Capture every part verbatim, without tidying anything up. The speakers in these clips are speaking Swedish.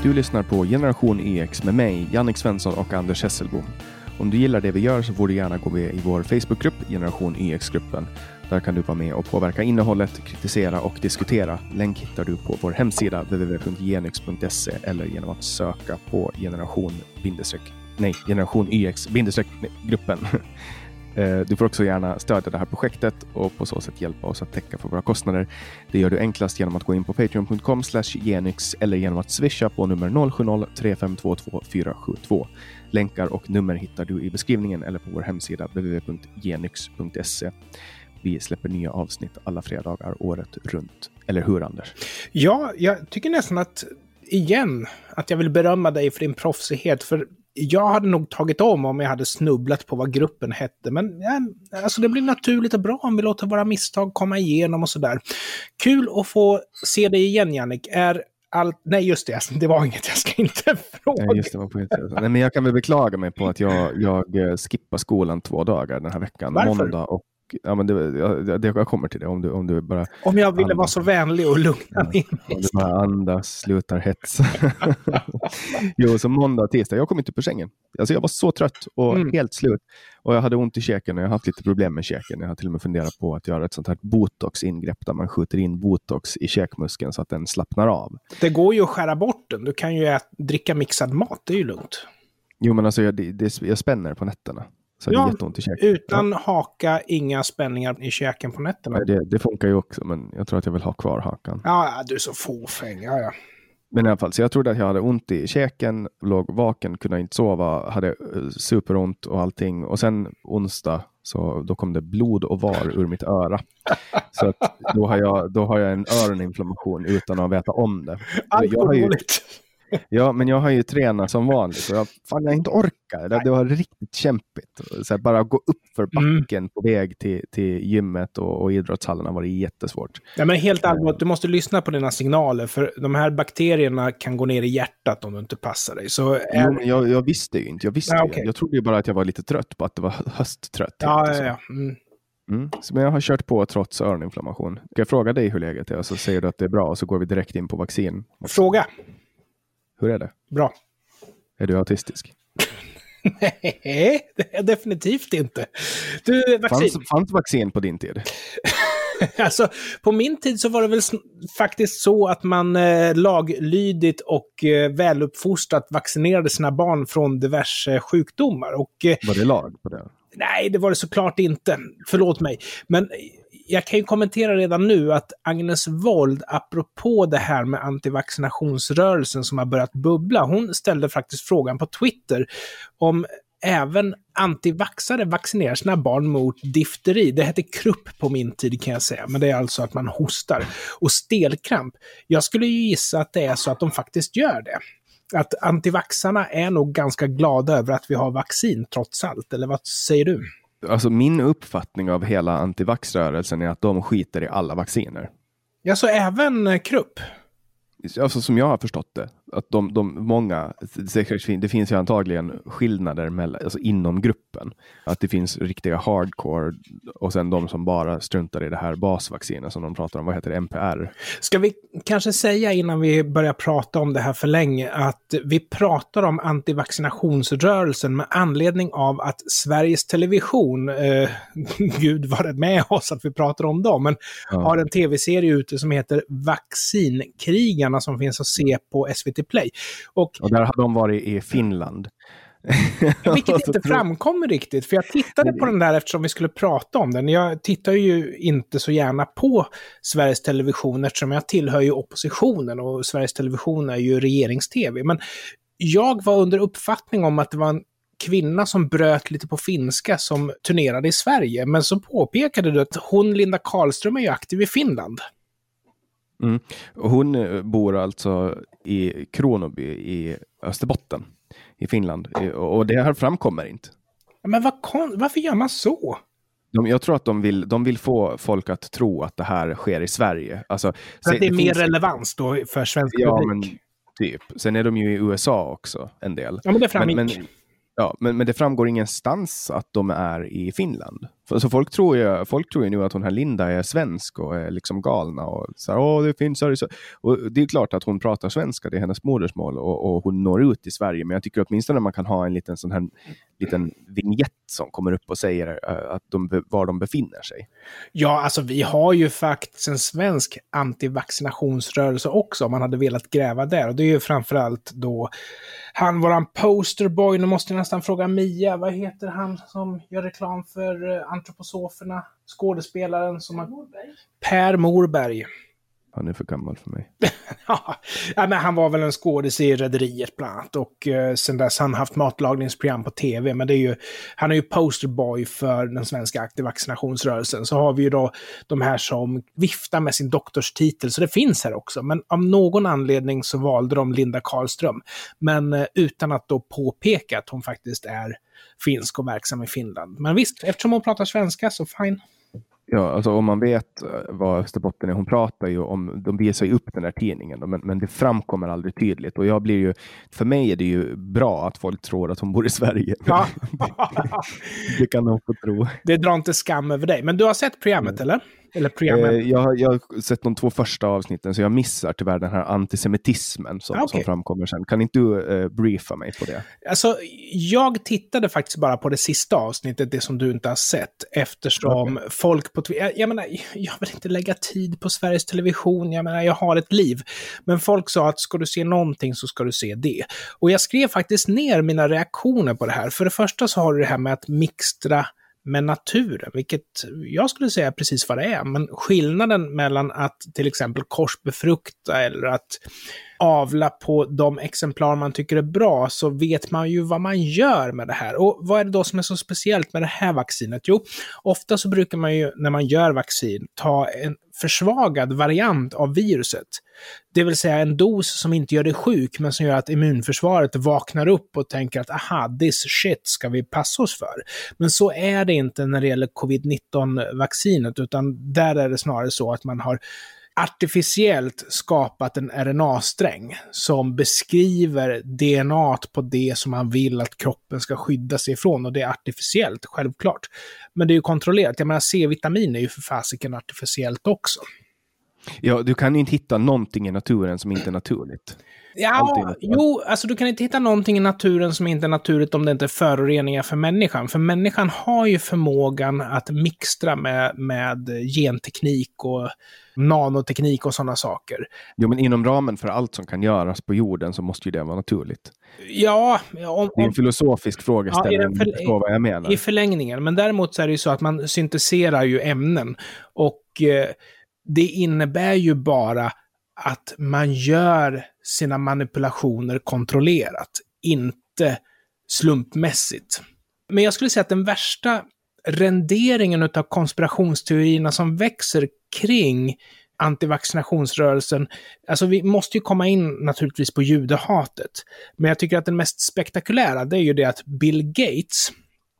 Du lyssnar på Generation Y X med mig, Jannik Svensson och Anders Hesselbom. Om du gillar det vi gör så får du gärna gå med i vår Facebookgrupp, Generation Y X-gruppen. Där kan du vara med och påverka innehållet, kritisera och diskutera. Länk hittar du på vår hemsida w w w punkt genix punkt se eller genom att söka på generation nej, generation Y X-gruppen. Du får också gärna stödja det här projektet och på så sätt hjälpa oss att täcka för våra kostnader. Det gör du enklast genom att gå in på patreon punkt com slash genix eller genom att swisha på nummer noll sju noll tre fem två två fyra sju två. Länkar och nummer hittar du i beskrivningen eller på vår hemsida w w w punkt genix punkt se. Vi släpper nya avsnitt alla fredagar året runt. Eller hur, Anders? Ja, jag tycker nästan att, igen, att jag vill berömma dig för din proffsighet. För jag hade nog tagit om om jag hade snubblat på vad gruppen hette. Men ja, alltså det blir naturligt och bra om vi låter våra misstag komma igenom och sådär. Kul att få se dig igen, Jannik. Är allt... Nej, just det. Det var inget jag ska inte fråga. Nej, just det, var på Nej, men jag kan väl beklaga mig på att jag, jag skippar skolan två dagar den här veckan. Varför? Måndag och Ja, men det, jag, det, jag kommer till det om du, om du bara... Om jag ville andas. vara så vänlig och lugna ja, mig. Om du bara andas, slutar hets. Jo, så måndag och tisdag. Jag kom inte på sängen. Alltså jag var så trött och mm. helt slut. Och jag hade ont i käken och jag har haft lite problem med käken. Jag har till och med funderat på att göra ett sånt här botox-ingrepp där man skjuter in botox i käkmuskeln så att den slappnar av. Det går ju att skära bort den. Du kan ju äta, dricka mixad mat, det är ju lugnt. Jo, men alltså jag, det, jag spänner på nätterna. Så ja, det är jätteont i käken. Utan ja. haka, inga spänningar i käken på nätterna. Nej, det, det funkar ju också, men jag tror att jag vill ha kvar hakan. Ja, ja du är så fåfäng. Ja, ja. Men i alla fall, så jag trodde att jag hade ont i käken, låg vaken, kunde inte sova, hade superont och allting. Och sen onsdag, så då kom det blod och var ur mitt öra. Så att då, har jag, då har jag en öroninflammation utan att veta om det. Allt jag har ju, dåligt. Ja, men jag har ju tränat som vanligt och jag, fan, jag inte orkar. Det, det var riktigt kämpigt. Så här, bara gå upp för backen mm. på väg till, till gymmet och, och idrottshallarna var det jättesvårt. Ja, men helt allvarligt, du måste lyssna på dina signaler för de här bakterierna kan gå ner i hjärtat om du inte passar dig. Så är... jo, jag, jag visste ju inte. Jag, visste ja, okay. jag trodde ju bara att jag var lite trött på att det var hösttrött. Ja, ja, ja. Mm. Mm. Så, men jag har kört på trots öroninflammation. Ska jag fråga dig hur läget är och så säger du att det är bra och så går vi direkt in på vaccin. Fråga. Hur är det? Bra. Är du autistisk? Nej, det är definitivt inte. Du, vaccin. Fanns, fanns vaccin på din tid? Alltså, på min tid så var det väl faktiskt så att man eh, laglydigt och eh, väluppfostrat vaccinerade sina barn från diverse sjukdomar. Och, eh, var det lag på det? Nej, det var det såklart inte. Förlåt mig. Men jag kan ju kommentera redan nu att Agnes Wold, apropå det här med antivaccinationsrörelsen som har börjat bubbla, hon ställde faktiskt frågan på Twitter om även antivaxare vaccinerar sina barn mot difteri. Det hette krupp på min tid kan jag säga, men det är alltså att man hostar. Och stelkramp, jag skulle ju gissa att det är så att de faktiskt gör det. Att antivaxarna är nog ganska glada över att vi har vaccin trots allt, eller vad säger du? Alltså min uppfattning av hela antivaxrörelsen är att de skiter i alla vacciner. Ja, så även krupp? Alltså som jag har förstått det. Att de, de många, det finns ju antagligen skillnader mellan, alltså inom gruppen. Att det finns riktiga hardcore och sen de som bara struntar i det här basvaccinet som de pratar om. Vad heter det? M P R. Ska vi kanske säga innan vi börjar prata om det här för länge att vi pratar om antivaccinationsrörelsen med anledning av att Sveriges Television, eh, gud var det med oss att vi pratar om dem, men ja. har en tv-serie ute som heter Vaccinkrigarna som finns att se på S V T Play. Och, och där har de varit i Finland. Vilket inte framkommer riktigt. För jag tittade på den där eftersom vi skulle prata om den. Jag tittar ju inte så gärna på Sveriges Television eftersom jag tillhör ju oppositionen och Sveriges Television är ju regerings-tv. Men jag var under uppfattning om att det var en kvinna som bröt lite på finska som turnerade i Sverige. Men så påpekade du att hon, Linda Karlström, är ju aktiv i Finland. Mm. Hon bor alltså i Kronoby i Österbotten i Finland och det här framkommer inte. Men vad kon- varför gör man så? De, jag tror att de vill, de vill få folk att tro att det här sker i Sverige. Alltså, så se, det är det mer finns... relevans då för svensk ja, publik? Men typ. Sen är de ju i U S A också en del. Ja, men det framgick. Men, men, ja, men, men det framgår ingenstans att de är i Finland. Så folk tror ju, folk tror ju nu att hon här Linda är svensk och är liksom galna och så här, åh det finns så, och det är klart att hon pratar svenska, det är hennes modersmål och, och hon når ut i Sverige, men jag tycker åtminstone man kan ha en liten sån här liten vignett som kommer upp och säger uh, att de, var de befinner sig. Ja, alltså vi har ju faktiskt en svensk antivaccinationsrörelse också om man hade velat gräva där, och det är ju framförallt då han, våran posterboy, nu måste jag nästan fråga Mia, vad heter han som gör reklam för uh, antroposoferna, skådespelaren som har... Morberg. Per Morberg. Han är för gammal för mig. Ja, men han var väl en skådis i Rederiet bland annat, och uh, sen dess han haft matlagningsprogram på tv, men det är ju, han är ju posterboy för den svenska aktivvaccinationsrörelsen. Så har vi ju då de här som viftar med sin doktorstitel, så det finns här också, men av någon anledning så valde de Linda Karlström, men uh, utan att då påpeka att hon faktiskt är finsk och verksam i Finland. Men visst, eftersom hon pratar svenska så fine. Ja, alltså om man vet vad Österbotten är, hon pratar ju om, de visar ju upp den här tidningen då, men, men det framkommer aldrig tydligt, och jag blir ju, för mig är det ju bra att folk tror att hon bor i Sverige. Ja. Det kan de få tro. Det drar inte skam över dig, men du har sett programmet mm. eller? Eller programmet? Eh, jag, har, jag har sett de två första avsnitten, så jag missar tyvärr den här antisemitismen som, okay. som framkommer sen. Kan inte du eh, briefa mig på det? Alltså, jag tittade faktiskt bara på det sista avsnittet, det som du inte har sett, eftersom okay. folk på Twitter, jag, jag menar, jag vill inte lägga tid på Sveriges Television, jag menar, jag har ett liv. Men folk sa att ska du se någonting så ska du se det. Och jag skrev faktiskt ner mina reaktioner på det här. För det första så har du det här med att mixtra med naturen, vilket jag skulle säga precis vad det är. Men skillnaden mellan att till exempel korsbefrukta eller att avla på de exemplar man tycker är bra, så vet man ju vad man gör med det här. Och vad är det då som är så speciellt med det här vaccinet? Jo, ofta så brukar man ju när man gör vaccin ta en försvagad variant av viruset. Det vill säga en dos som inte gör dig sjuk, men som gör att immunförsvaret vaknar upp och tänker att aha, this shit ska vi passa oss för. Men så är det inte när det gäller covid nitton-vaccinet, utan där är det snarare så att man har artificiellt skapat en R N A-sträng som beskriver D N A på det som man vill att kroppen ska skydda sig ifrån, och det är artificiellt, självklart. Men det är ju kontrollerat. Jag menar, C-vitamin är ju för fasiken artificiellt också. Ja, du kan ju inte hitta någonting i naturen som inte är naturligt. Ja, jo, alltså du kan inte hitta någonting i naturen som inte är naturligt om det inte är föroreningar för människan. För människan har ju förmågan att mixtra med, med genteknik och nanoteknik och sådana saker. Jo, men inom ramen för allt som kan göras på jorden så måste ju det vara naturligt. Ja. Om, det är en filosofisk frågeställning, ja, för, för, vad jag menar. I förlängningen, men däremot så är det ju så att man synteserar ju ämnen, och eh, det innebär ju bara att man gör sina manipulationer kontrollerat, inte slumpmässigt. Men jag skulle säga att den värsta renderingen av konspirationsteorierna som växer kring antivaccinationsrörelsen, alltså vi måste ju komma in naturligtvis på judehatet, men jag tycker att den mest spektakulära, det är ju det att Bill Gates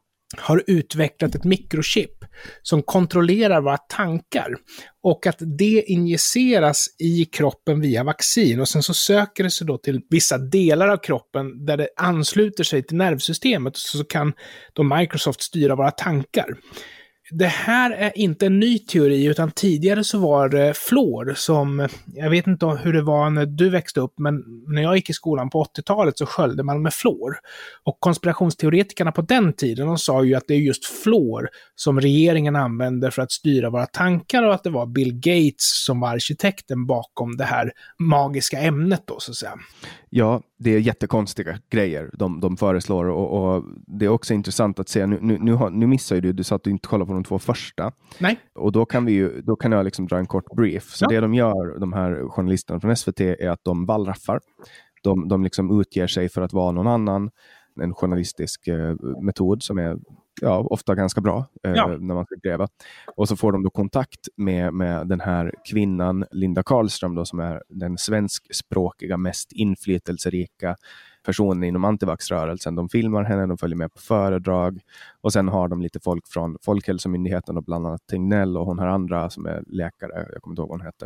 har utvecklat ett mikrochip som kontrollerar våra tankar, och att det injiceras i kroppen via vaccin, och sen så söker det sig då till vissa delar av kroppen där det ansluter sig till nervsystemet, och så kan då Microsoft styra våra tankar. Det här är inte en ny teori, utan tidigare så var det fluor som, jag vet inte hur det var när du växte upp, men när jag gick i skolan på åttiotalet så sköljde man med fluor. Och konspirationsteoretikerna på den tiden, de sa ju att det är just fluor som regeringen använder för att styra våra tankar, och att det var Bill Gates som var arkitekten bakom det här magiska ämnet då, så att säga. Ja, det är jättekonstiga grejer de, de föreslår, och, och det är också intressant att se, nu, nu, nu, har, nu missar ju du, du sa att du inte kollar på de två första. Nej. Och då kan vi ju, då kan jag liksom dra en kort brief. Så ja. Det de gör, de här journalisterna från S V T, är att de wallraffar. De, de liksom utger sig för att vara någon annan. En journalistisk eh, metod som är ja, ofta ganska bra eh, ja. när man ska gräva. Och så får de då kontakt med, med den här kvinnan, Linda Karlström då, som är den svenskspråkiga mest inflytelserika personen inom antivaxrörelsen. De filmar henne, de följer med på föredrag, och sen har de lite folk från Folkhälsomyndigheten och bland annat Tegnell, och hon har andra som är läkare, jag kommer inte ihåg vad hon heter,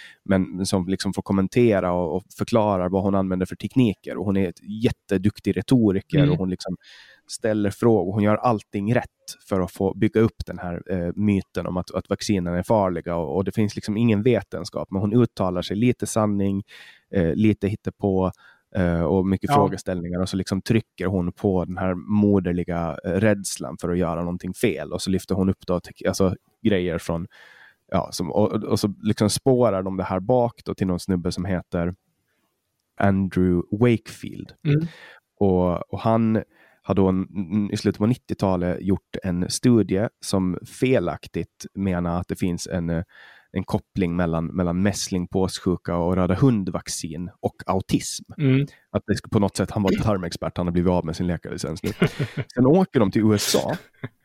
men som liksom får kommentera och, och förklara vad hon använder för tekniker, och hon är ett jätteduktig retoriker mm. och hon liksom ställer frågor, hon gör allting rätt för att få bygga upp den här eh, myten om att, att vaccinen är farliga, och, och det finns liksom ingen vetenskap, men hon uttalar sig lite sanning, eh, lite hittepå eh, och mycket ja. frågeställningar, och så liksom trycker hon på den här moderliga eh, rädslan för att göra någonting fel, och så lyfter hon upp då, alltså, grejer från ja, som, och, och så liksom spårar de det här bak då till någon snubbe som heter Andrew Wakefield. Mm. Och, och han har då en, i slutet på nittiotalet gjort en studie som felaktigt menar att det finns en, en koppling mellan, mellan mässling, påssjuka och röda hundvaccin och autism. Mm. Att det på något sätt, han var tarmexpert, han har blivit av med sin läkarlicens nu. Sen åker de till U S A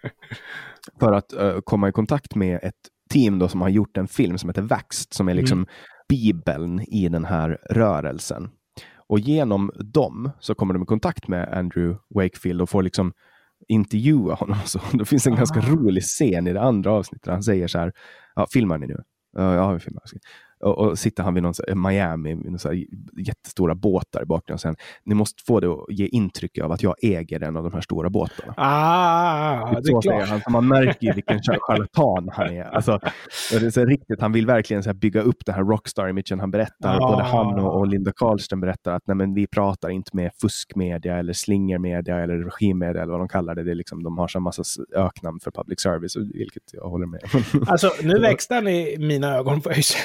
för att uh, komma i kontakt med ett team då som har gjort en film som heter Vaxxed, som är liksom mm. bibeln i den här rörelsen. Och genom dem så kommer de i kontakt med Andrew Wakefield och får liksom intervjua honom. Så det finns en ah. ganska rolig scen i det andra avsnittet där han säger så här, ja, filmar ni nu? Ja, vi filmar. Och, och sitter han vid någon så här, Miami med någon så här jättestora båtar i bakgrunden och sen, ni måste få det att ge intryck av att jag äger en av de här stora båtarna. Ah, det, det är klart. Han, man märker ju vilken charlatan han är. Alltså, det är så riktigt, han vill verkligen så här bygga upp den här rockstar-imagen. Han berättar, ah. både han och, och Linda Karlström berättar att nej, men vi pratar inte med fuskmedia eller slingermedia eller regimmedia eller vad de kallar det. Det är liksom, de har så en massa öknamn för public service, vilket jag håller med. Alltså, nu växte han i mina ögon på öjs.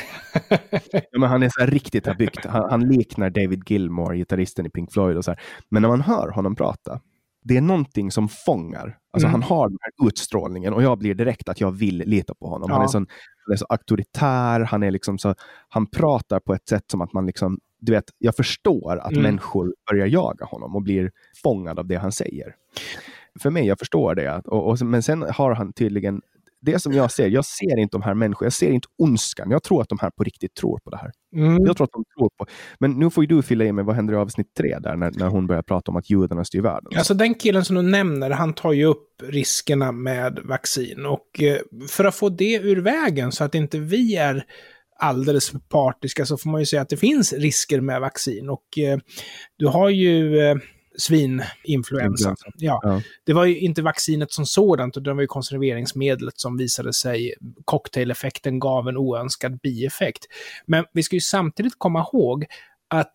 Ja, men han är så här riktigt har byggt. Han, han liknar David Gilmour, gitarristen i Pink Floyd och så här. Men när man hör honom prata, det är någonting som fångar. Alltså mm. han har den här utstrålningen och jag blir direkt att jag vill lita på honom. Ja. Han är så, han är så auktoritär, han är liksom så, han pratar på ett sätt som att man liksom, du vet, jag förstår att mm. människor börjar jaga honom och blir fångad av det han säger. För mig, jag förstår det. Och, och, men sen har han tydligen det som jag ser, jag ser inte de här människorna, jag ser inte ondskan. Jag tror att de här på riktigt tror på det här. Mm. Jag tror att de tror på. Men nu får ju du fylla i med vad händer i avsnitt tre där när, när hon börjar prata om att judarna styr världen. Alltså den killen som du nämner, han tar ju upp riskerna med vaccin. Och eh, för att få det ur vägen så att inte vi är alldeles för partiska så får man ju säga att det finns risker med vaccin. Och eh, du har ju... Eh, svininfluensa. Ja. ja. Det var ju inte vaccinet som sådant, utan det var ju konserveringsmedlet som visade sig, cocktaileffekten gav en oönskad bieffekt. Men vi ska ju samtidigt komma ihåg att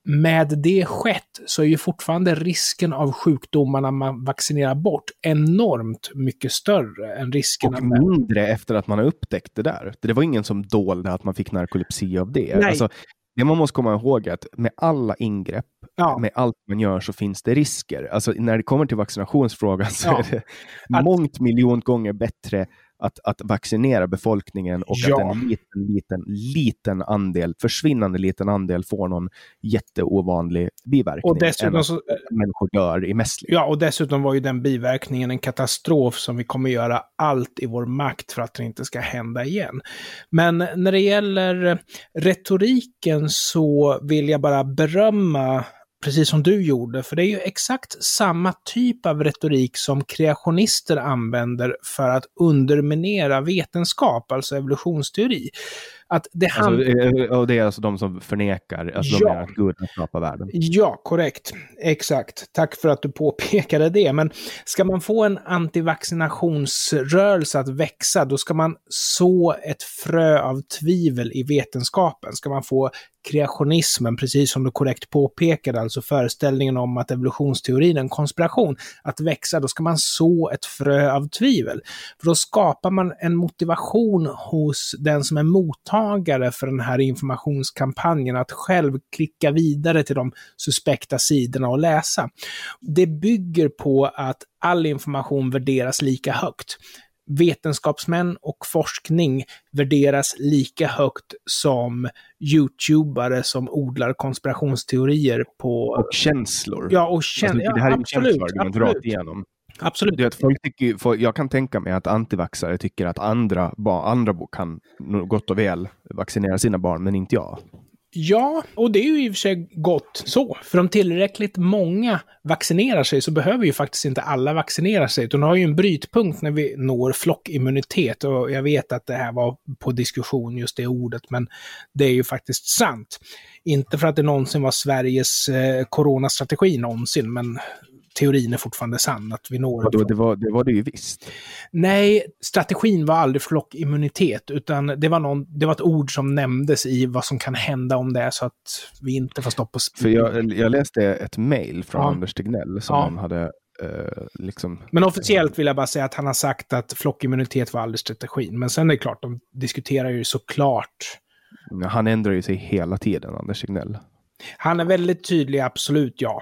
med det skett så är ju fortfarande risken av sjukdomarna man vaccinerar bort enormt mycket större än riskerna. Och mindre med... efter att man har upptäckt det där. Det var ingen som dolde att man fick narkolepsi av det. Nej. Alltså, det man måste komma ihåg är att med alla ingrepp, ja. med allt man gör så finns det risker. Alltså när det kommer till vaccinationsfrågan så ja. är det att... mångt miljon gånger bättre att, att vaccinera befolkningen och ja. att en liten, liten, liten andel, försvinnande liten andel får någon jätteovanlig biverkning. Och dessutom så... människor dör i mässling. Ja, och dessutom var ju den biverkningen en katastrof som vi kommer göra allt i vår makt för att det inte ska hända igen. Men när det gäller retoriken så vill jag bara berömma precis som du gjorde, för det är ju exakt samma typ av retorik som kreationister använder för att underminera vetenskap, alltså evolutionsteori. Att det, hand... alltså, och det är alltså de som förnekar alltså ja. de menar att Gud skapar världen. Ja, korrekt. Exakt. Tack för att du påpekade det. Men ska man få en antivaccinationsrörelse att växa, då ska man så ett frö av tvivel i vetenskapen. Ska man få kreationismen, precis som du korrekt påpekade, alltså föreställningen om att evolutionsteorin är en konspiration, att växa, då ska man så ett frö av tvivel. För då skapar man en motivation hos den som är mottagare för den här informationskampanjen att själv klicka vidare till de suspekta sidorna och läsa. Det bygger på att all information värderas lika högt. Vetenskapsmän och forskning värderas lika högt som YouTubare som odlar konspirationsteorier på... Och känslor. Ja, och känslor. Alltså, det här ja, är absolut, känsloargument rakt igenom. Absolut. Det, folk tycker, för jag kan tänka mig att antivaxare tycker att andra, andra kan gott och väl vaccinera sina barn, men inte jag. Ja, och det är ju i och för sig gott så. För om tillräckligt många vaccinerar sig så behöver ju faktiskt inte alla vaccinera sig. Utan det har ju en brytpunkt när vi når flockimmunitet. Och jag vet att det här var på diskussion just det ordet, men det är ju faktiskt sant. Inte för att det någonsin var Sveriges eh, coronastrategi någonsin, men teorin är fortfarande sann. Att vi når och då, det, var, det var det ju visst. Nej, strategin var aldrig flockimmunitet, utan det var, någon, det var ett ord som nämndes i vad som kan hända om det är så att vi inte får stopp på spridning. För jag, jag läste ett mejl från ja. Anders Tegnell som ja. han hade eh, liksom... Men officiellt vill jag bara säga att han har sagt att flockimmunitet var aldrig strategin. Men sen är det klart, de diskuterar ju såklart. Han ändrar ju sig hela tiden, Anders Tegnell. Han är väldigt tydlig, absolut, ja.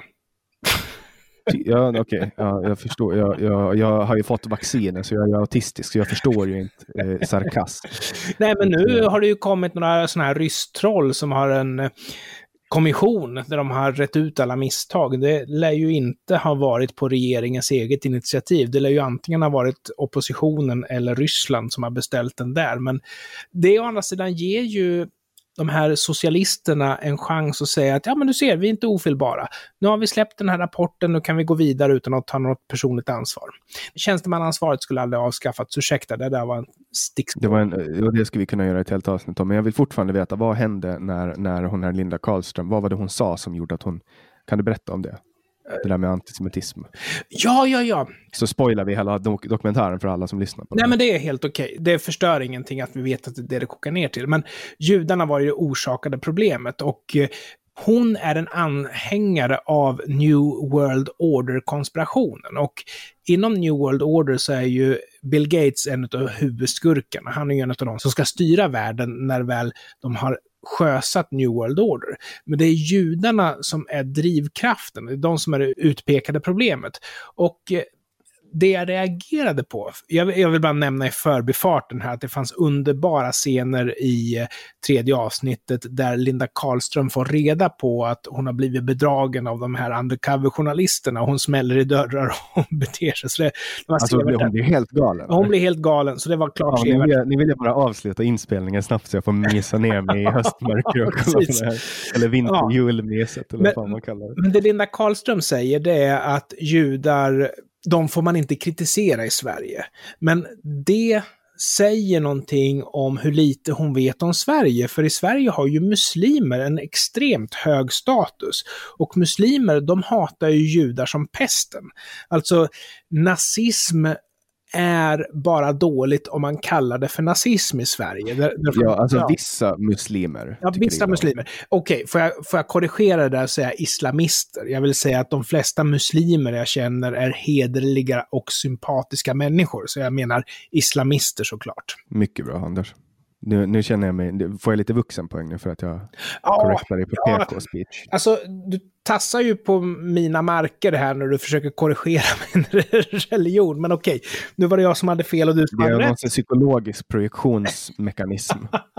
Ja, okej. Okay. Ja, jag förstår. Jag, jag, jag har ju fått vacciner så jag är autistisk så jag förstår ju inte eh, sarkasm. Nej, men nu har det ju kommit några sådana här rystroll som har en kommission där de har rätt ut alla misstag. Det lär ju inte ha varit på regeringens eget initiativ. Det lär ju antingen ha varit oppositionen eller Ryssland som har beställt den där. Men det å andra sidan ger ju de här socialisterna en chans att säga att ja, men du ser, vi är inte ofelbara. Nu har vi släppt den här rapporten, nu kan vi gå vidare utan att ta något personligt ansvar. Tjänstemannaansvaret skulle aldrig avskaffats. Ursäkta, det där var en stickspår. Det var en, och det skulle vi kunna göra ett helt avsnitt om. Men jag vill fortfarande veta, vad hände när, när hon här Linda Karlström, vad var det hon sa som gjorde att hon, kan du berätta om det? Det där med antisemitism. Ja, ja, ja. Så spoilar vi hela dok- dokumentären för alla som lyssnar på det. Nej, men det är helt okej. Det förstör ingenting att vi vet att det är det det kokar ner till. Men judarna var ju orsakade problemet och eh, hon är en anhängare av New World Order-konspirationen. Och inom New World Order så är ju Bill Gates en av huvudskurkarna. Han är ju en av de som ska styra världen när väl de har sjösatt New World Order. Men det är judarna som är drivkraften. Det är de som är det utpekade problemet. Och eh, det jag reagerade på, jag, jag vill bara nämna i förbifarten här att det fanns underbara scener i eh, tredje avsnittet där Linda Karlström får reda på att hon har blivit bedragen av de här undercover-journalisterna och hon smäller i dörrar och hon beter sig. Så det, det var alltså, hon blir helt galen. Hon blir helt galen, så det var klart. Ja, ni, vill, ni vill bara avsluta inspelningen snabbt så jag får mysa ner mig i höstmörker och kolla på det här. Eller vinterjulmeset eller men, vad fan man kallar det. Men det Linda Karlström säger, det är att judar, de får man inte kritisera i Sverige. Men det säger någonting om hur lite hon vet om Sverige. För i Sverige har ju muslimer en extremt hög status. Och muslimer, de hatar ju judar som pesten. Alltså, nazism är bara dåligt om man kallar det för nazism i Sverige. Där, där ja, alltså ja. vissa muslimer. Ja, vissa muslimer. Okej, okay, får, jag, får jag korrigera det där och säga islamister? Jag vill säga att de flesta muslimer jag känner är hederliga och sympatiska människor. Så jag menar islamister såklart. Mycket bra, Anders. Nu, nu känner jag mig, får jag lite vuxenpoäng nu för att jag ja, korrektar dig på ja, P K-speech. Alltså, du tassar ju på mina marker här när du försöker korrigera min religion, men okej, nu var det jag som hade fel och du som hade rätt. Det är rätt. en psykologisk projektionsmekanism.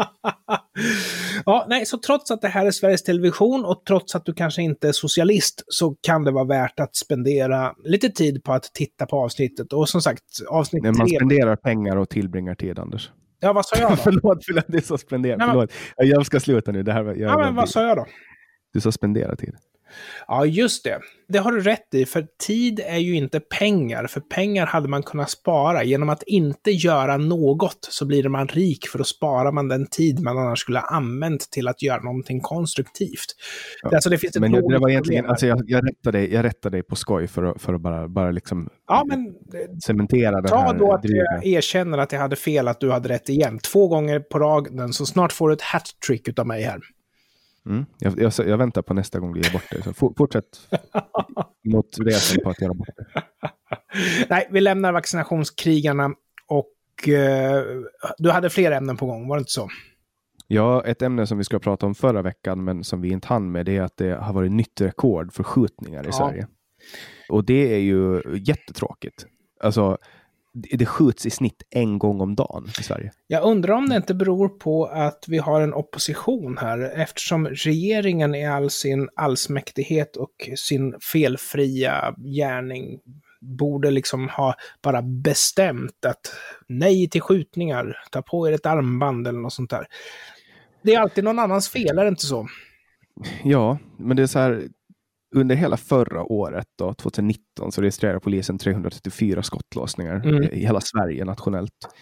Ja, nej, så trots att det här är Sveriges Television och trots att du kanske inte är socialist så kan det vara värt att spendera lite tid på att titta på avsnittet. Och som sagt, avsnitt nej, man tre... spenderar pengar och tillbringar tid, Anders. Ja, vad sa jag då? förlåt, förlåt, det är så spendera. Nej, men... Förlåt. Jag ska sluta nu. Det här, jag ja, men vad sa jag då? Du sa spendera tid. Ja, just det. Det har du rätt i, för tid är ju inte pengar. För pengar hade man kunnat spara. Genom att inte göra något så blir man rik, för då sparar man den tid man annars skulle ha använt till att göra någonting konstruktivt. Ja. Alltså, det finns ett men det, det var egentligen, alltså jag, jag, rättade dig, jag rättade dig på skoj för att, för att bara, bara liksom ja, men, cementera den ta här då att driven. jag erkänner att jag hade fel, att du hade rätt igen. Två gånger på raden, så snart får du ett hat-trick utav mig här. Mm. Jag, jag, jag väntar på nästa gång du ger bort det. Så for, fortsätt mot resan på att göra bort det. Nej, vi lämnar vaccinationskrigarna och eh, du hade fler ämnen på gång, var det inte så? Ja, ett ämne som vi ska prata om förra veckan men som vi inte hann med, det är att det har varit nytt rekord för skjutningar i ja. Sverige. Och det är ju jättetråkigt. Alltså, det skjuts i snitt en gång om dagen i Sverige. Jag undrar om det inte beror på att vi har en opposition här, eftersom regeringen i all sin allsmäktighet och sin felfria gärning borde liksom ha bara bestämt att nej till skjutningar, ta på er ett armband eller något sånt där. Det är alltid någon annans fel, är det inte så? Ja, men det är så här, under hela förra året då, tjugonitton, så registrerade polisen trehundratrettiofyra skottlossningar mm. i hela Sverige nationellt.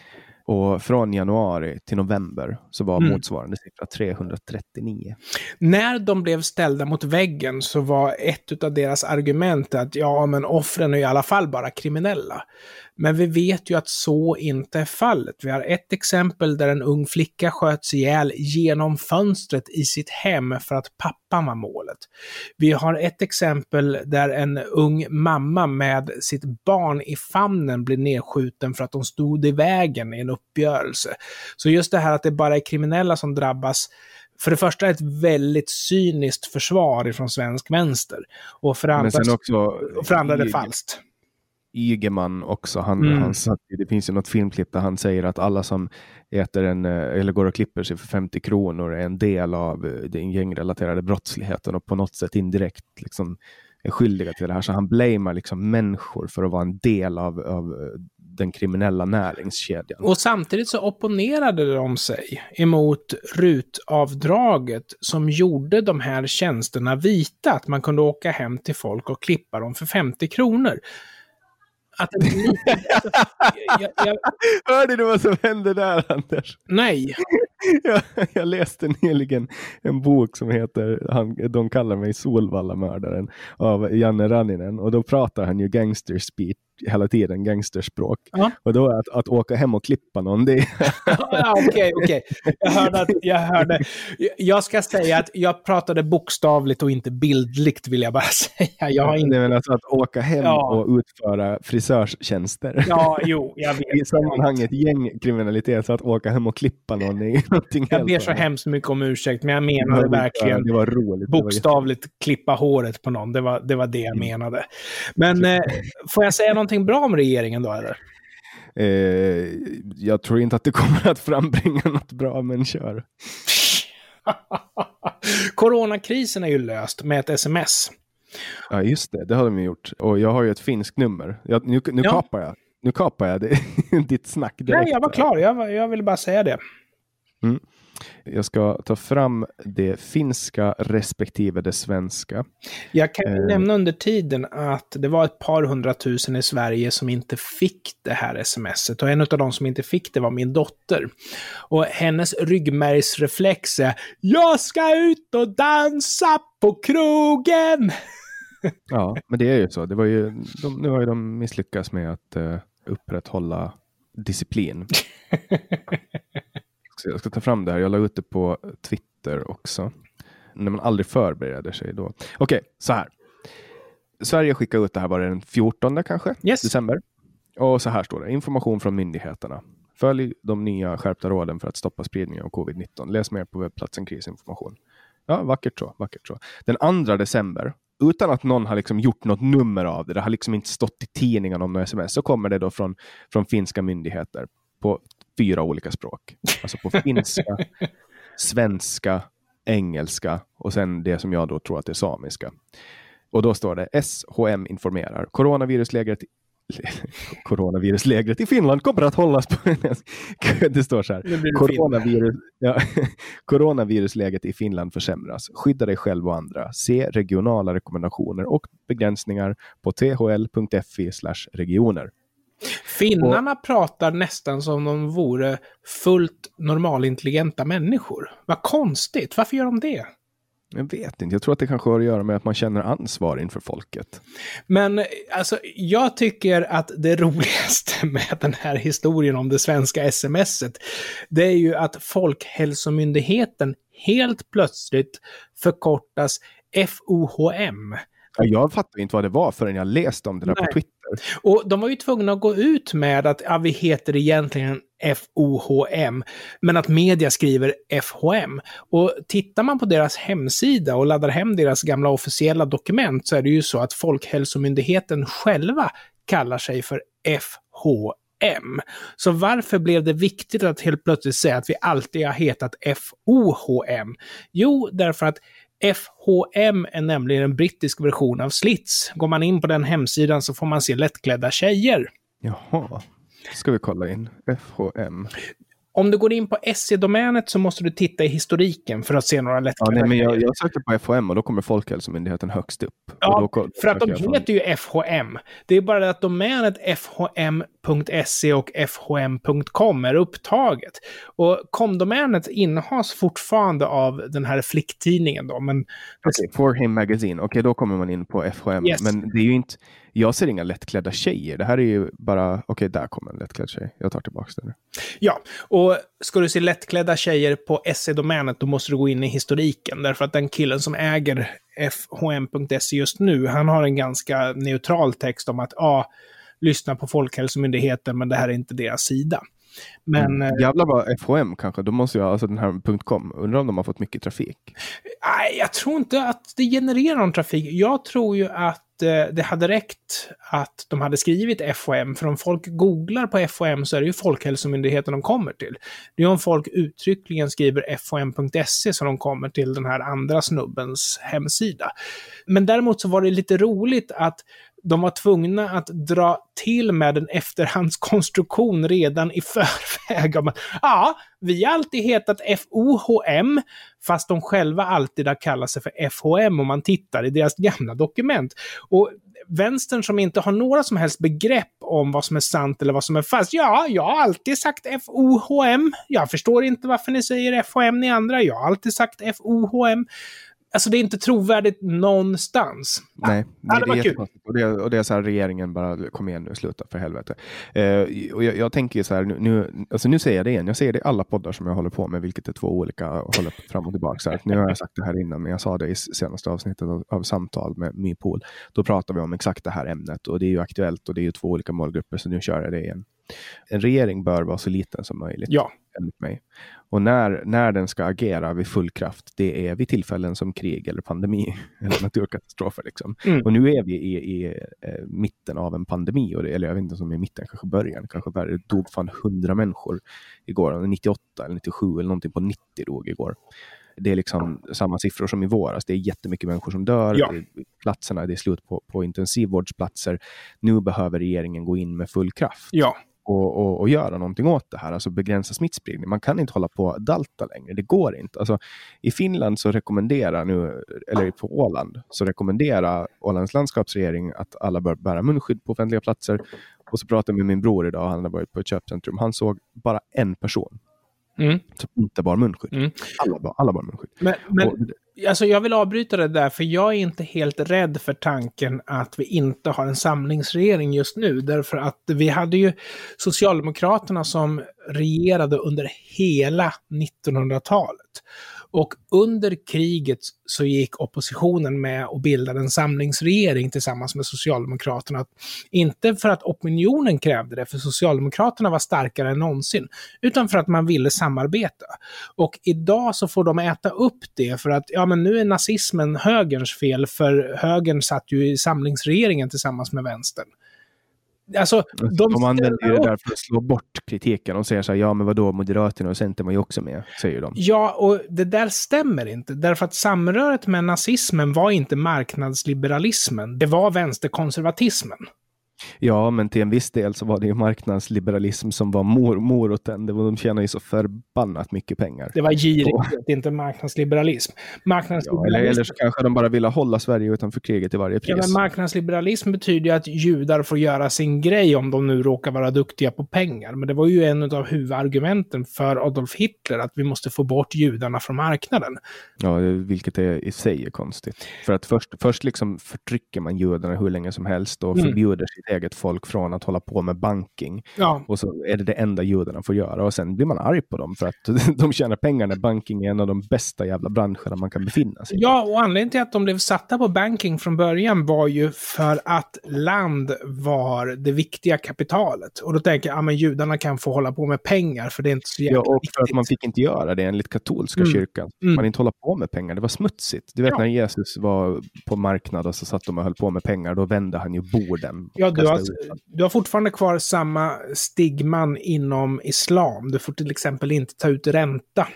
Och från januari till november så var Mm. motsvarande siffra trehundratrettionio. När de blev ställda mot väggen så var ett av deras argument att ja, men offren är i alla fall bara kriminella. Men vi vet ju att så inte är fallet. Vi har ett exempel där en ung flicka sköts ihjäl genom fönstret i sitt hem för att pappan var målet. Vi har ett exempel där en ung mamma med sitt barn i famnen blir nedskjuten för att de stod i vägen i en uppgörelse. Så just det här att det bara är kriminella som drabbas, för det första är ett väldigt cyniskt försvar från svensk vänster. Och för andra, Men sen också, och för andra är det falskt. Ygeman också, han, Mm. han satt, det finns ju något filmklipp där han säger att alla som äter en, eller går och klipper sig för femtio kronor är en del av den gängrelaterade brottsligheten och på något sätt indirekt liksom är skyldiga till det här. Så han blamear liksom människor för att vara en del av, av den kriminella näringskedjan. Och samtidigt så opponerade de sig emot rutavdraget som gjorde de här tjänsterna vita, att man kunde åka hem till folk och klippa dem för femtio kronor. Att en liten, alltså, jag, jag, Hörde du vad som hände där, Anders? nej. jag, jag läste nyligen en bok som heter han, De kallar mig Solvallamördaren av Janne Ranninen, och då pratar han ju gangster speech hela tiden, gangsterspråk. Ja. Och då att, att åka hem och klippa någon, det är... Ja, okej, okej. Jag hörde att, jag hörde, jag ska säga att jag pratade bokstavligt och inte bildligt, vill jag bara säga. Jag har inte... Nej, men alltså att åka hem Ja. och utföra frisörstjänster. Ja, jo, jag vet. I sammanhanget gängkriminalitet, så att åka hem och klippa någon är någonting Jag helt ber så annat. hemskt mycket om ursäkt, men jag menade verkligen Det var roligt. Det var bokstavligt klippa håret på någon. Det var det, var det jag menade. Men eh, får jag säga någonting bra om regeringen då, eller? Eh, jag tror inte att det kommer att frambringa något bra, men kör. Coronakrisen är ju löst med ett sms. Ja, just det. Det har de ju gjort. Och jag har ju ett finskt nummer. Jag, nu nu Ja. kapar jag. Nu kapar jag det. Ditt snack direkt. Nej, jag var klar. Jag, var- jag ville bara säga det. Mm. Jag ska ta fram det finska respektive det svenska. Jag kan ju Eh. nämna under tiden att det var ett par hundratusen i Sverige som inte fick det här smset. Och en av de som inte fick det var min dotter. Och hennes ryggmärgsreflex är: jag ska ut och dansa på krogen! Ja, men det är ju så. Det var ju, de, nu har ju de misslyckats med att uh, upprätthålla disciplin. Så jag ska ta fram det här. Jag la ut det på Twitter också. När man aldrig förbereder sig då. Okej, så här. Sverige skickade ut det här, var det den fjortonde kanske? Yes. December. Och så här står det. Information från myndigheterna. Följ de nya skärpta råden för att stoppa spridningen av covid nitton. Läs mer på webbplatsen krisinformation. Ja, vackert så, vackert så. Den andra december, utan att någon har liksom gjort något nummer av det, det har liksom inte stått i tidningen om något sms, så kommer det då från, från finska myndigheter på fyra olika språk. Alltså på finska, svenska, engelska och sen det som jag då tror att det är samiska. Och då står det: S H M informerar. Coronaviruslägret Coronaviruslägret i Finland kommer att hållas på... Det står så här. Nu blir det Coronavirus, ja, coronavirusläget i Finland försämras. Skydda dig själv och andra. Se regionala rekommendationer och begränsningar på thl.fi slash regioner. Finnarna pratar nästan som om de vore fullt normalintelligenta människor. Vad konstigt. Varför gör de det? Jag vet inte. Jag tror att det kanske har att göra med att man känner ansvar inför folket. Men alltså, jag tycker att det roligaste med den här historien om det svenska smset, det är ju att Folkhälsomyndigheten helt plötsligt förkortas F O H M. Ja, jag fattar inte vad det var förrän jag läste om det där Nej. på Twitter. Och de var ju tvungna att gå ut med att ja, vi heter egentligen F O H M, men att media skriver F H M. Och tittar man på deras hemsida och laddar hem deras gamla officiella dokument, så är det ju så att Folkhälsomyndigheten själva kallar sig för F H M. Så varför blev det viktigt att helt plötsligt säga att vi alltid har hetat F O H M? Jo, därför att F H M är nämligen en brittisk version av Slits. Går man in på den hemsidan så får man se lättklädda tjejer. Jaha, ska vi kolla in F H M. Om du går in på S E-domänet så måste du titta i historiken för att se några lättklädda ja, nej, men jag, grejer. jag sökte på F H M och då kommer Folkhälsomyndigheten högst upp. Ja, och då, för att de jag heter ju F H M. Det är bara det att domänet f h m punkt se och f h m punkt com är upptaget. Och com-domänet innehas fortfarande av den här flicktidningen då. Men... Okay, For Him Magazine. Okej, okay, då kommer man in på F H M. Yes. Men det är ju inte... Jag ser inga lättklädda tjejer. Det här är ju bara... Okej, okay, där kommer en lättklädd tjej. Jag tar tillbaka det nu. Ja, och ska du se lättklädda tjejer på S E-domänet då måste du gå in i historiken. Därför att den killen som äger f h m punkt se just nu, han har en ganska neutral text om att ja, lyssna på Folkhälsomyndigheten men det här är inte deras sida. Men, mm. Jävlar vad F H M kanske, då måste jag, alltså den här .com, undrar om de har fått mycket trafik? Nej, jag tror inte att det genererar någon trafik. Jag tror ju att eh, det hade räckt att de hade skrivit F H M, för om folk googlar på F H M så är det ju Folkhälsomyndigheten de kommer till. Det är om folk uttryckligen skriver f h m punkt se så de kommer till den här andra snubbens hemsida. Men däremot så var det lite roligt att de var tvungna att dra till med en efterhandskonstruktion redan i förväg. Ja, vi har alltid hetat F O H M, fast de själva alltid har kallat sig för F H M om man tittar i deras gamla dokument. Och vänstern som inte har några som helst begrepp om vad som är sant eller vad som är falskt. Ja, jag har alltid sagt F O H M. Jag förstår inte varför ni säger F H M ni andra. Jag har alltid sagt F O H M. Alltså det är inte trovärdigt någonstans. Nej, ja, det, det, det är jättekonstigt. Och det, och det är så här, regeringen bara, kom igen nu, sluta för helvete. Eh, och jag, jag tänker så här, nu, nu, alltså nu säger jag det igen. Jag säger det i alla poddar som jag håller på med, vilket är två olika, håller fram och tillbaka. Så här. Nu har jag sagt det här innan, men jag sa det i senaste avsnittet av, av samtal med Mypol. Då pratar vi om exakt det här ämnet och det är ju aktuellt och det är ju två olika målgrupper, så nu kör jag det igen. En regering bör vara så liten som möjligt. Ja. Enligt mig. Och när, när den ska agera vid full kraft, det är vid tillfällen som krig eller pandemi eller naturkatastrofer liksom. Mm. Och nu är vi i, i, i mitten av en pandemi, och det, eller jag vet inte om i mitten, kanske början, kanske värre. Det dog fan hundra människor igår, nittioåtta eller nittiosju eller någonting på nittio dog igår. Det är liksom samma siffror som i våras. Det är jättemycket människor som dör. Ja. Platserna, det är slut på, på intensivvårdsplatser. Nu behöver regeringen gå in med full kraft. Ja. Och, och, och göra någonting åt det här, alltså begränsa smittspridning. Man kan inte hålla på att dalta längre, det går inte. Alltså, i Finland så rekommenderar nu, eller på Åland, så rekommenderar Ålands landskapsregering att alla bör bära munskydd på offentliga platser. Och så pratade jag med min bror idag, han har varit på ett köpcentrum. Han såg bara en person mm. som inte bar munskydd. Mm. Alla, bar, alla bar munskydd. Men, men... Och, Alltså jag vill avbryta det där, för jag är inte helt rädd för tanken att vi inte har en samlingsregering just nu. Därför att vi hade ju Socialdemokraterna som regerade under hela nittonhundratalet. Och under kriget så gick oppositionen med och bildade en samlingsregering tillsammans med Socialdemokraterna. Inte för att opinionen krävde det, för Socialdemokraterna var starkare än någonsin, utan för att man ville samarbeta. Och idag så får de äta upp det för att ja, men nu är nazismen högerns fel, för högern satt ju i samlingsregeringen tillsammans med vänstern. Alltså, de, de använder ju det där för att slå bort kritiken och säger så här, ja men vadå, Moderaterna och Centern var ju också med, säger de. Ja, och det där stämmer inte. Därför att samröret med nazismen var inte marknadsliberalismen. Det var vänsterkonservatismen. Ja, men till en viss del så var det ju marknadsliberalism som var mor moroten. Det var, de tjänar ju så förbannat mycket pengar. Det var girighet, och... inte marknadsliberalism. marknadsliberalism... Ja, eller, eller så kanske de bara ville hålla Sverige utanför kriget till varje pris. Ja, men marknadsliberalism betyder ju att judar får göra sin grej om de nu råkar vara duktiga på pengar. Men det var ju en av huvudargumenten för Adolf Hitler, att vi måste få bort judarna från marknaden. Ja, vilket är i sig är konstigt. För att först, först liksom förtrycker man judarna hur länge som helst och mm. förbjuder sitt eget folk från att hålla på med banking. Ja. Och så är det det enda judarna får göra. Och sen blir man arg på dem för att de tjänar pengar när banking är en av de bästa jävla branscherna man kan befinna sig i. Ja, och anledningen till att de blev satta på banking från början var ju för att land var det viktiga kapitalet. Och då tänker jag, ja men judarna kan få hålla på med pengar för det är inte så jävla viktigt. Ja, och viktigt. för att man fick inte göra det enligt katolska mm. kyrkan. Mm. Man inte hålla på med pengar, det var smutsigt. Du vet ja. när Jesus var på marknad och så satt de och höll på med pengar, då vände han ju borden. Ja, du har, du har fortfarande kvar samma stigman inom islam. Du får till exempel inte ta ut ränta.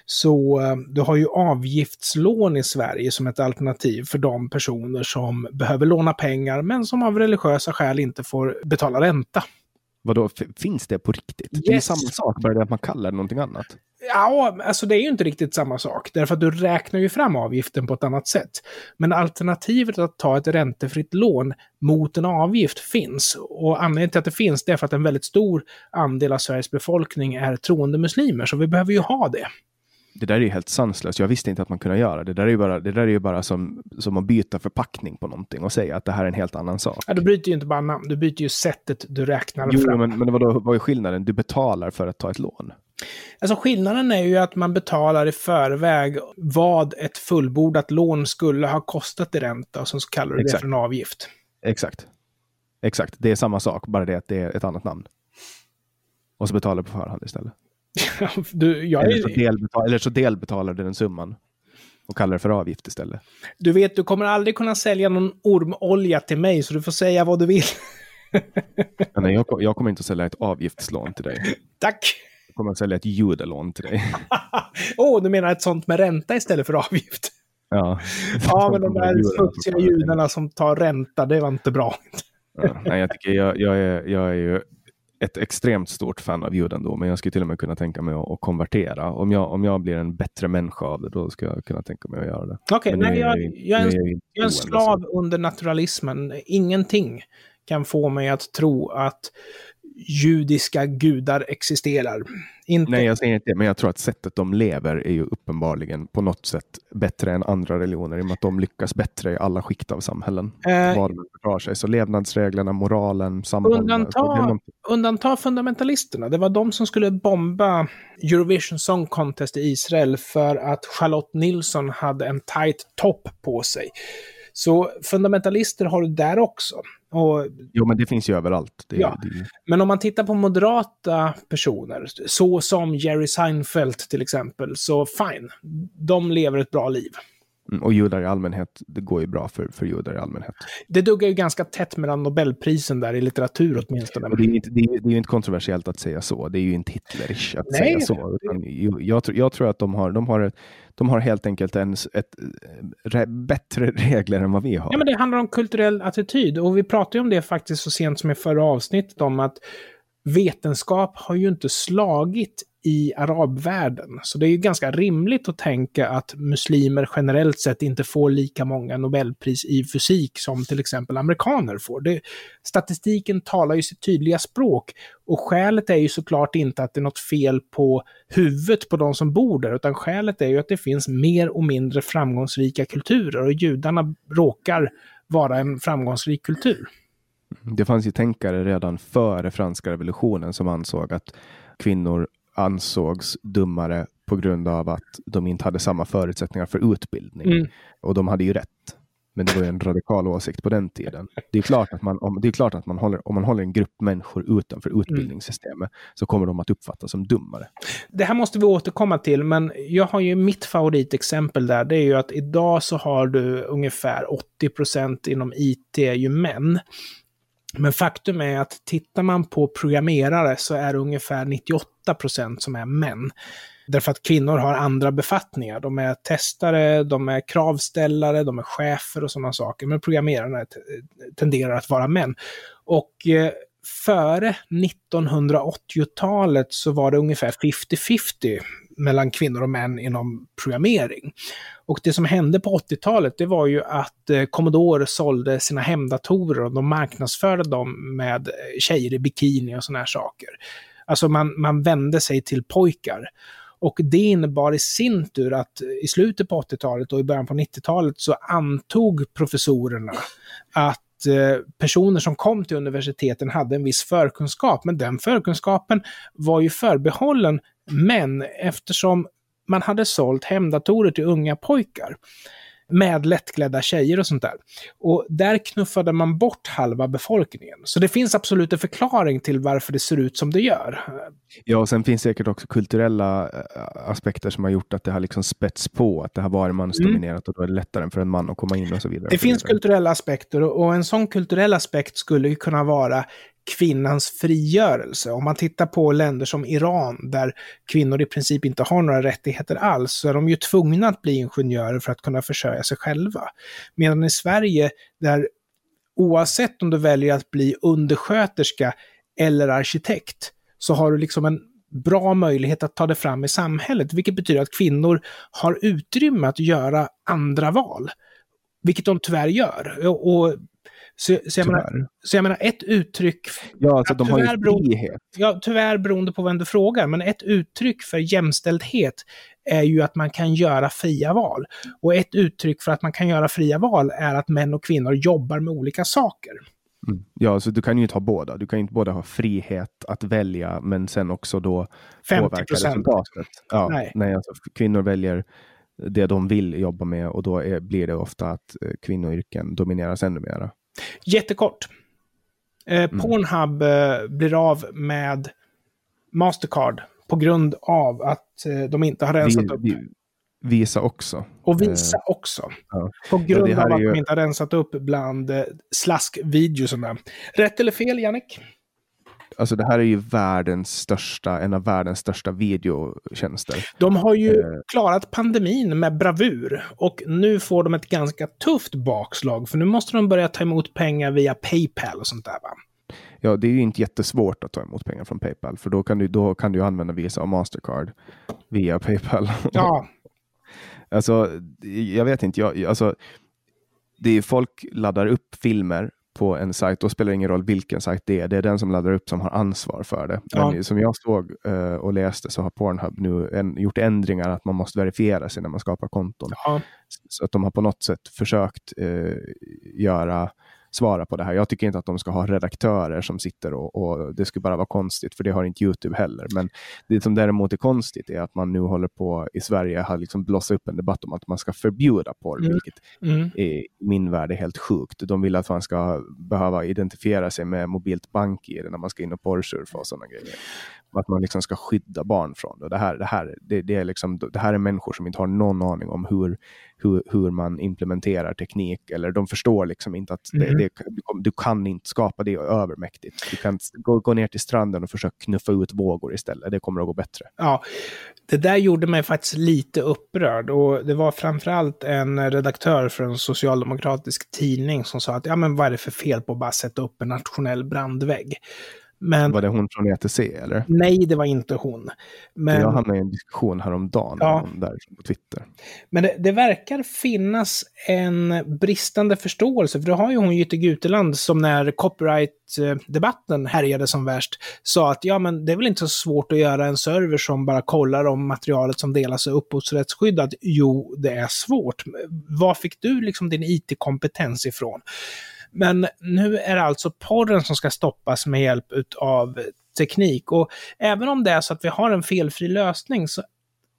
Så du har ju avgiftslån i Sverige som ett alternativ för de personer som behöver låna pengar men som av religiösa skäl inte får betala ränta. Vadå, f- finns det på riktigt? Yes. Det är samma sak, bara det att man kallar det någonting annat. Ja, alltså det är ju inte riktigt samma sak. Därför att du räknar ju fram avgiften på ett annat sätt. Men alternativet att ta ett räntefritt lån mot en avgift finns. Och anledningen till att det finns det är för att en väldigt stor andel av Sveriges befolkning är troende muslimer. Så vi behöver ju ha det. Det där är ju helt sanslöst. Jag visste inte att man kunde göra det. Det där är ju bara, det där är ju bara som, som att byta förpackning på någonting och säga att det här är en helt annan sak. Ja, du byter ju inte bara namn, du byter ju sättet du räknar jo, fram. men, men vadå, vad är skillnaden? Du betalar för att ta ett lån. Alltså skillnaden är ju att man betalar i förväg vad ett fullbordat lån skulle ha kostat i ränta och så kallar du det för en avgift. Exakt. Exakt. Det är samma sak, bara det att det är ett annat namn. Och så betalar du på förhand istället. du, jag eller, är... så delbetal, eller så delbetalar du den summan och kallar det för avgift istället. Du vet, du kommer aldrig kunna sälja någon ormolja till mig så du får säga vad du vill. Nej, jag, jag kommer inte att sälja ett avgiftslån till dig. Tack! Jag kommer att sälja ett judelån till dig. Åh, oh, du menar ett sånt med ränta istället för avgift? Ja. Ja, men de där smutsiga judarna som tar ränta, det var inte bra. Ja, nej, jag, tycker jag, jag, är, jag är ju ett extremt stort fan av judendom, men jag skulle till och med kunna tänka mig att, att konvertera. Om jag, om jag blir en bättre människa av det, då ska jag kunna tänka mig att göra det. Okej, okay, nej, jag, jag, jag, är en, jag är en slav så. under naturalismen. Ingenting kan få mig att tro att judiska gudar existerar. Inte... Nej, jag säger inte det, men jag tror att sättet de lever är ju uppenbarligen på något sätt bättre än andra religioner, i och med att de lyckas bättre i alla skikt av samhällen. Eh... Var de drar sig. Så levnadsreglerna, moralen, samhället. Undanta, undanta fundamentalisterna. Det var de som skulle bomba Eurovision Song Contest i Israel för att Charlotte Nilsson hade en tight topp på sig. Så fundamentalister har du där också. Och, jo, men det finns ju överallt. Det, ja. det... Men om man tittar på moderata personer, så som Jerry Seinfeld till exempel, så fine. De lever ett bra liv. Mm, och judar i allmänhet, det går ju bra för, för judar i allmänhet. Det duggar ju ganska tätt mellan Nobelprisen där i litteratur åtminstone. Och det är ju inte, det är, det är ju inte kontroversiellt att säga så. Det är ju inte Hitlerisch att Nej, säga så. Utan jag, jag, tror, jag tror att de har, de har, de har helt enkelt en, ett, ett, bättre regler än vad vi har. Ja, men det handlar om kulturell attityd. Och vi pratade ju om det faktiskt så sent som i förra avsnittet om att vetenskap har ju inte slagit i arabvärlden. Så det är ju ganska rimligt att tänka att muslimer generellt sett inte får lika många Nobelpris i fysik som till exempel amerikaner får. Det, statistiken talar ju sitt tydliga språk och skälet är ju såklart inte att det är något fel på huvudet på de som bor där, utan skälet är ju att det finns mer och mindre framgångsrika kulturer och judarna råkar vara en framgångsrik kultur. Det fanns ju tänkare redan före franska revolutionen som ansåg att kvinnor ansågs dummare på grund av att de inte hade samma förutsättningar för utbildning. Mm. Och de hade ju rätt. Men det var ju en radikal åsikt på den tiden. Det är klart att man, om, det är klart att man håller, om man håller en grupp människor utanför utbildningssystemet mm. så kommer de att uppfattas som dummare. Det här måste vi återkomma till, men jag har ju mitt favoritexempel där. Det är ju att idag så har du ungefär åttio procent inom I T är ju män. Men faktum är att tittar man på programmerare så är det ungefär nittioåtta procent som är män. Därför att kvinnor har andra befattningar. De är testare, de är kravställare, de är chefer och sådana saker. Men programmerarna t- tenderar att vara män. Och eh, före nittonhundraåttiotalet så var det ungefär femtio femtio mellan kvinnor och män inom programmering. Och det som hände på åttiotalet det var ju att eh, Commodore sålde sina hemdatorer och de marknadsförde dem med tjejer i bikini och såna här saker. Alltså man, man vände sig till pojkar. Och det innebar i sin tur att i slutet på åttiotalet och i början på nittiotalet så antog professorerna att eh, personer som kom till universiteten hade en viss förkunskap. Men den förkunskapen var ju förbehållen män eftersom man hade sålt hemdatorer till unga pojkar med lättklädda tjejer och sånt där. Och där knuffade man bort halva befolkningen. Så det finns absolut en förklaring till varför det ser ut som det gör. Ja, och sen finns säkert också kulturella aspekter som har gjort att det har liksom spets på, att det har varit mansdominerat mm. och då är det lättare för en man att komma in och så vidare. Det finns kulturella aspekter och en sån kulturell aspekt skulle ju kunna vara kvinnans frigörelse. Om man tittar på länder som Iran där kvinnor i princip inte har några rättigheter alls så är de ju tvungna att bli ingenjörer för att kunna försörja sig själva. Medan i Sverige där oavsett om du väljer att bli undersköterska eller arkitekt så har du liksom en bra möjlighet att ta det fram i samhället, vilket betyder att kvinnor har utrymme att göra andra val, vilket de tyvärr gör. Och, och så, så, jag menar, så jag menar ett uttryck... Ja, alltså de har ju frihet. Ja, tyvärr beroende på vem du frågar, men ett uttryck för jämställdhet är ju att man kan göra fria val. Och ett uttryck för att man kan göra fria val är att män och kvinnor jobbar med olika saker. Mm. Ja, så du kan ju inte ha båda. Du kan ju inte både ha frihet att välja, men sen också då påverka resultatet. Ja, nej. Nej, alltså, kvinnor väljer det de vill jobba med och då är, blir det ofta att eh, kvinnoyrken domineras ännu mer. Jättekort. Eh, mm. Pornhub eh, blir av med Mastercard på grund av att eh, de inte har rensat vi, upp. Vi, Visa också. Och Visa eh, också. Ja. På grund ja, av att ju... de inte har rensat upp bland eh, slaskvideorna. Rätt eller fel, Jannik? Alltså det här är ju världens största, en av världens största videotjänster. De har ju eh. klarat pandemin med bravur. Och nu får de ett ganska tufft bakslag. För nu måste de börja ta emot pengar via PayPal och sånt där, va? Ja, det är ju inte jättesvårt att ta emot pengar från PayPal. För då kan du, då kan du använda Visa och Mastercard via PayPal. Ja. Alltså, jag vet inte. Jag, alltså, det är folk laddar upp filmer på en sajt. Då spelar det ingen roll vilken sajt det är. Det är den som laddar upp som har ansvar för det. Men ja. Som jag såg uh, och läste så har Pornhub nu en, gjort ändringar att man måste verifiera sig när man skapar konton. Ja. Så att de har på något sätt försökt uh, göra svara på det här. Jag tycker inte att de ska ha redaktörer som sitter och, och det skulle bara vara konstigt, för det har inte YouTube heller. Men det som däremot är konstigt är att man nu håller på i Sverige har liksom blossat upp en debatt om att man ska förbjuda porr, mm. vilket mm. är i min värld är helt sjukt. De vill att man ska behöva identifiera sig med mobilt bank-I D när man ska in och porrsurfa och sådana grejer. Att man liksom ska skydda barn från det. Det här, det här, det, det är liksom, det här är människor som inte har någon aning om hur, hur, hur man implementerar teknik, eller de förstår liksom inte att det, mm. det, du kan inte skapa det övermäktigt. Du kan gå, gå ner till stranden och försöka knuffa ut vågor istället. Det kommer att gå bättre. Ja, det där gjorde mig faktiskt lite upprörd, och det var framförallt en redaktör för en socialdemokratisk tidning som sa att ja, men vad är det för fel på att bara sätta upp en nationell brandvägg? Men, var det hon från E T C eller? Nej, det var inte hon. Men, jag hamnade i en diskussion häromdagen ja, där på Twitter. Men det, det verkar finnas en bristande förståelse. För du har ju hon Jytte Guteland som när copyright-debatten härjade som värst sa att ja, men det är väl inte så svårt att göra en server som bara kollar om materialet som delas är upphovsrättsskyddat. Jo, det är svårt. Var fick du liksom din I T-kompetens ifrån? Men nu är det alltså porren som ska stoppas med hjälp av teknik. Och även om det är så att vi har en felfri lösning, så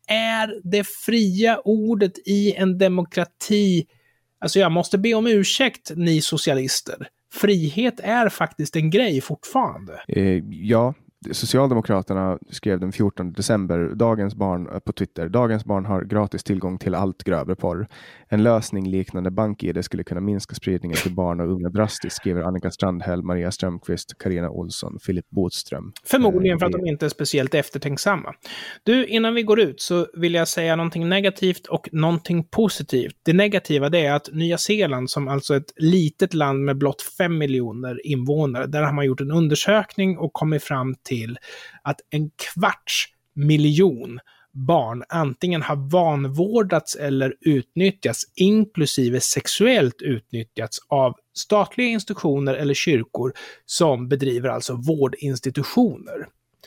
är det fria ordet i en demokrati... Alltså jag måste be om ursäkt, ni socialister. Frihet är faktiskt en grej fortfarande. Eh, ja, Socialdemokraterna skrev den fjortonde december, dagens barn på Twitter. Dagens barn har gratis tillgång till allt grövre porr. En lösning liknande bank-I D skulle kunna minska spridningen till barn och unga drastiskt, skriver Annika Strandhäll, Maria Strömqvist, Carina Olsson, Filip Bodström. Förmodligen för att de inte är speciellt eftertänksamma. Du, innan vi går ut så vill jag säga någonting negativt och någonting positivt. Det negativa, det är att Nya Zeeland, som alltså ett litet land med blott fem miljoner invånare, där har man gjort en undersökning och kommit fram till att en kvarts miljon barn antingen har vanvårdats eller utnyttjats, inklusive sexuellt utnyttjats av statliga institutioner eller kyrkor som bedriver alltså vårdinstitutioner.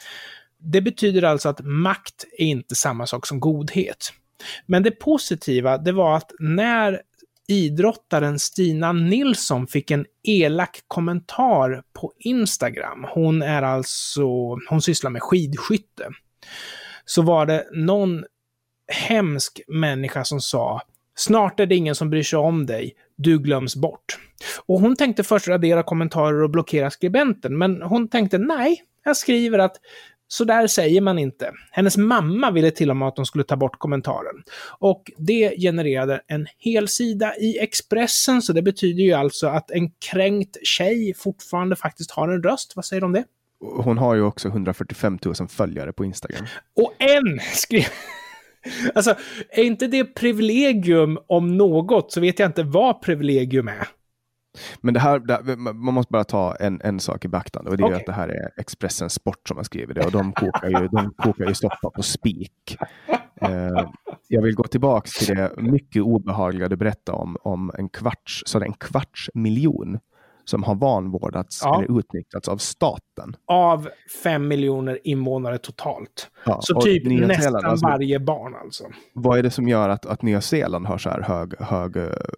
Det betyder alltså att makt är inte samma sak som godhet. Men det positiva, det var att när idrottaren Stina Nilsson fick en elak kommentar på Instagram. Hon är alltså, hon sysslar med skidskytte. Så var det någon hemsk människa som sa: snart är det ingen som bryr sig om dig, du glöms bort. Och hon tänkte först radera kommentarer och blockera skribenten, men hon tänkte nej, jag skriver att så där säger man inte. Hennes mamma ville till och med att de skulle ta bort kommentaren. Och det genererade en hel sida i Expressen, så det betyder ju alltså att en kränkt tjej fortfarande faktiskt har en röst. Vad säger du om det? Hon har ju också hundrafyrtiofem tusen följare på Instagram. Och en skrev... Alltså, är inte det privilegium om något, så vet jag inte vad privilegium är. Men det här, det, man måste bara ta en, en sak i beaktande, och det är okay. att det här är Expressen Sport som har skrivit det, och de kokar ju, de kokar ju stoppa på spik. Eh, jag vill gå tillbaka till det mycket obehagliga du berättade om, om en kvarts, så det är en kvarts miljon som har vanvårdats ja. eller utnyttjats av staten. Av fem miljoner invånare totalt. Ja, så typ Nya nästan Zeeland, alltså, varje barn alltså. Vad är det som gör att, att Nya Zeeland har så här hög... hög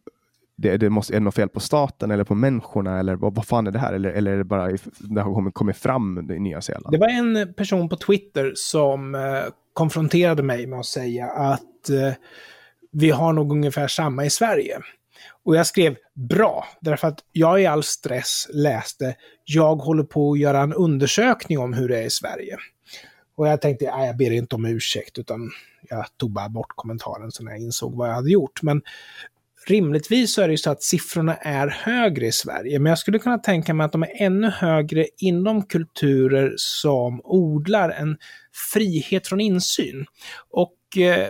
det, det måste, är det något fel på staten eller på människorna? Eller vad, vad fan är det här? Eller, eller är det bara det har kommit, kommit fram i Nya Zeeland? Det var en person på Twitter som eh, konfronterade mig med att säga att eh, vi har nog ungefär samma i Sverige. Och jag skrev bra, därför att jag i all stress läste jag håller på att göra en undersökning om hur det är i Sverige. Och jag tänkte, nej, jag ber inte om ursäkt, utan jag tog bara bort kommentaren så när jag insåg vad jag hade gjort. Men rimligtvis så är det ju så att siffrorna är högre i Sverige, men jag skulle kunna tänka mig att de är ännu högre inom kulturer som odlar en frihet från insyn. Och eh,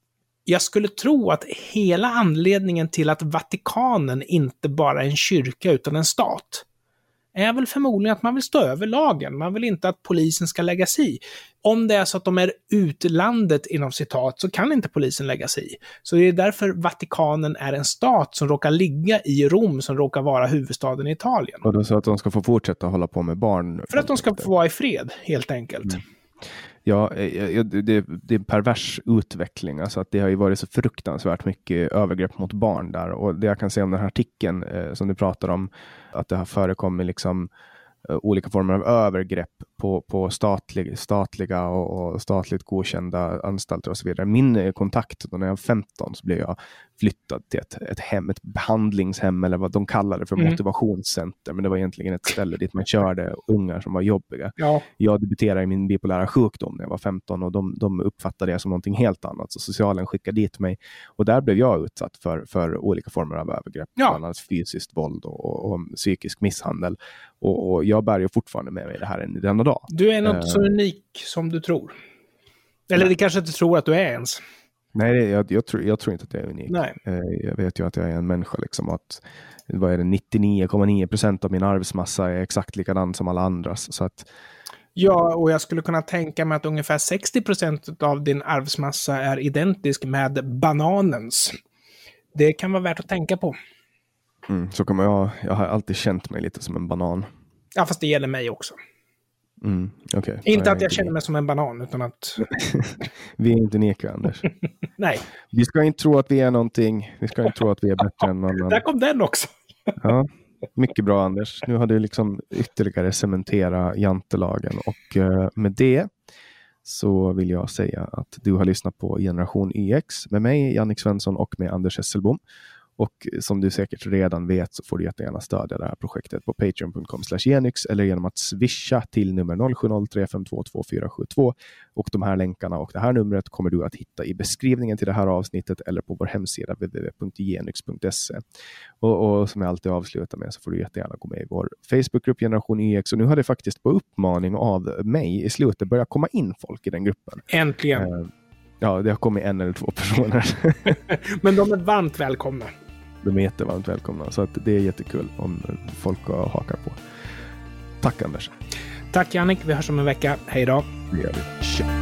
jag skulle tro att hela anledningen till att Vatikanen inte bara är en kyrka utan en stat är väl förmodligen att man vill stå över lagen. Man vill inte att polisen ska lägga sig i. Om det är så att de är utlandet inom citat så kan inte polisen lägga sig i. Så det är därför Vatikanen är en stat som råkar ligga i Rom, som råkar vara huvudstaden i Italien. Och då så att de ska få fortsätta hålla på med barn? För att de ska få vara i fred, helt enkelt. Mm. Ja, det, det är en pervers utveckling. Alltså att det har ju varit så fruktansvärt mycket övergrepp mot barn där. Och det jag kan säga om den här artikeln eh, som du pratar om, att det har förekommit liksom eh, olika former av övergrepp på, på statlig, statliga och, och statligt godkända anstalter och så vidare. Min kontakt då när jag var femton så blev jag flyttad till ett, ett hem, ett behandlingshem eller vad de kallar det för, mm. motivationscenter. Men det var egentligen ett ställe dit man körde ungar som var jobbiga. Ja. Jag debuterade i min bipolära sjukdom när jag var femton och de, de uppfattade det som någonting helt annat. Så socialen skickade dit mig och där blev jag utsatt för, för olika former av övergrepp. Ja. Bland annat fysiskt våld och, och, och psykisk misshandel. Och, och jag bär ju fortfarande med mig det här än i denna dag. Du är inte uh, så unik som du tror. Eller det kanske inte tror att du är ens. Nej, det, jag, jag, tror, jag tror inte att jag är unik. Nej. Jag vet ju att jag är en människa. Liksom, att, vad är det, nittionio komma nio procent av min arvsmassa är exakt likadan som alla andras. Så att, ja, och jag skulle kunna tänka mig att ungefär sextio procent av din arvsmassa är identisk med bananens. Det kan vara värt att tänka på. Mm, så kommer jag, jag har alltid känt mig lite som en banan. Ja, fast det gäller mig också. Mm, okay. Inte ja, att jag känner mig som en banan, utan att... Vi är inte unika, Anders. Nej. Vi ska inte tro att vi är någonting. Vi ska inte tro att vi är bättre än någon annan. Där kom den också. Ja, mycket bra, Anders. Nu har du liksom ytterligare cementera jantelagen. Och uh, med det så vill jag säga att du har lyssnat på Generation Y X med mig, Jannik Svensson, och med Anders Hesselbom. Och som du säkert redan vet så får du jättegärna stödja det här projektet på patreon punkt com slash genyx eller genom att swisha till nummer noll sju noll tre fem två två fyra sju två. Och de här länkarna och det här numret kommer du att hitta i beskrivningen till det här avsnittet eller på vår hemsida w w w punkt genyx punkt se. Och, och som jag alltid avslutar med så får du jättegärna gå med i vår Facebookgrupp Generation Y X. Och nu har det faktiskt på uppmaning av mig i slutet börjat komma in folk i den gruppen. Äntligen! Uh, ja, det har kommit en eller två personer. Men de är varmt välkomna. De är jättevarmt välkomna. Så att det är jättekul om folk hakar på. Tack, Anders. Tack, Jannik. Vi hörs om en vecka. Hej då. Det gör vi. Tja.